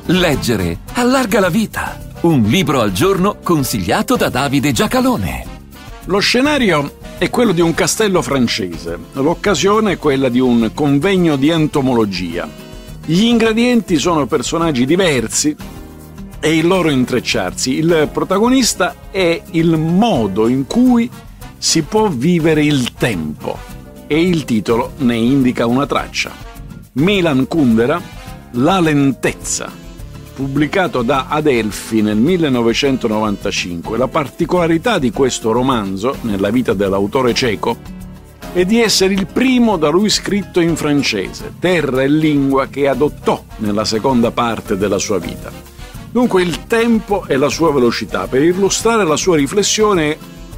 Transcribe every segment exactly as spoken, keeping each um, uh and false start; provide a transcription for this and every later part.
Leggere allarga la vita. Un libro al giorno consigliato da Davide Giacalone. Lo scenario è quello di un castello francese. L'occasione è quella di un convegno di entomologia. Gli ingredienti sono personaggi diversi e il loro intrecciarsi. Il protagonista è il modo in cui si può vivere il tempo e il titolo ne indica una traccia. Milan Kundera, La lentezza, pubblicato da Adelphi nel millenovecentonovantacinque. La particolarità di questo romanzo, nella vita dell'autore ceco, è di essere il primo da lui scritto in francese, terra e lingua che adottò nella seconda parte della sua vita. Dunque il tempo e la sua velocità. Per illustrare la sua riflessione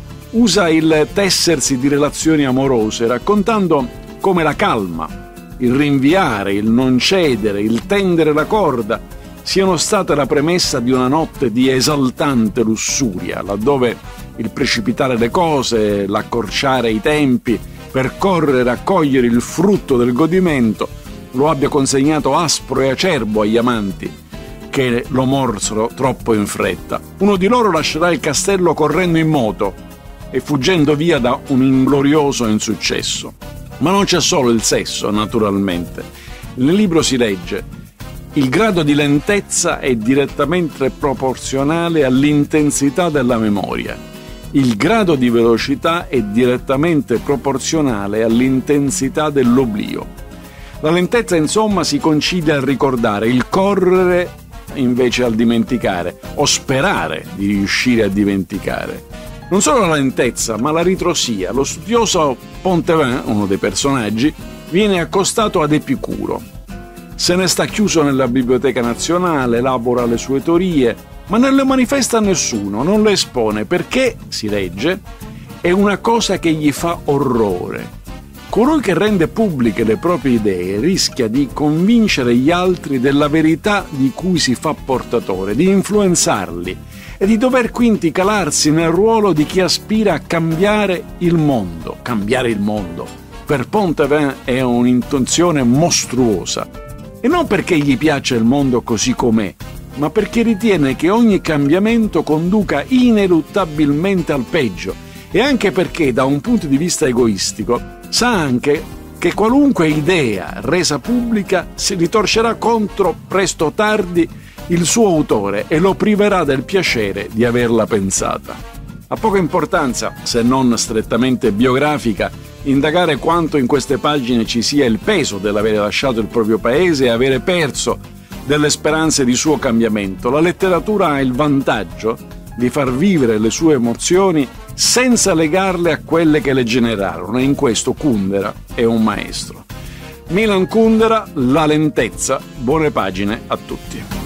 usa il tessersi di relazioni amorose, raccontando come la calma, il rinviare, il non cedere, il tendere la corda siano state la premessa di una notte di esaltante lussuria, laddove il precipitare le cose, l'accorciare i tempi per correre a cogliere il frutto del godimento lo abbia consegnato aspro e acerbo agli amanti che lo morsero troppo in fretta. Uno di loro lascerà il castello correndo in moto e fuggendo via da un inglorioso insuccesso. Ma non c'è solo il sesso, naturalmente. Nel libro si legge: il grado di lentezza è direttamente proporzionale all'intensità della memoria. Il grado di velocità è direttamente proporzionale all'intensità dell'oblio. La lentezza, insomma, si concide al ricordare, il correre invece al dimenticare, o sperare di riuscire a dimenticare. Non solo la lentezza, ma la ritrosia. Lo studioso Pontevin, uno dei personaggi, viene accostato ad Epicuro. Se ne sta chiuso nella Biblioteca Nazionale, elabora le sue teorie, ma non le manifesta a nessuno, non le espone, perché, si legge, è una cosa che gli fa orrore. Colui che rende pubbliche le proprie idee rischia di convincere gli altri della verità di cui si fa portatore, di influenzarli e di dover quindi calarsi nel ruolo di chi aspira a cambiare il mondo. Cambiare il mondo. Per Pontevin è un'intenzione mostruosa. E non perché gli piace il mondo così com'è, ma perché ritiene che ogni cambiamento conduca ineluttabilmente al peggio, e anche perché, da un punto di vista egoistico, sa anche che qualunque idea resa pubblica si ritorcerà contro, presto o tardi, il suo autore e lo priverà del piacere di averla pensata. Ha poca importanza, se non strettamente biografica, indagare quanto in queste pagine ci sia il peso dell'avere lasciato il proprio paese e avere perso delle speranze di suo cambiamento. La letteratura ha il vantaggio di far vivere le sue emozioni senza legarle a quelle che le generarono, e in questo Kundera è un maestro. Milan Kundera, La lentezza. Buone pagine a tutti.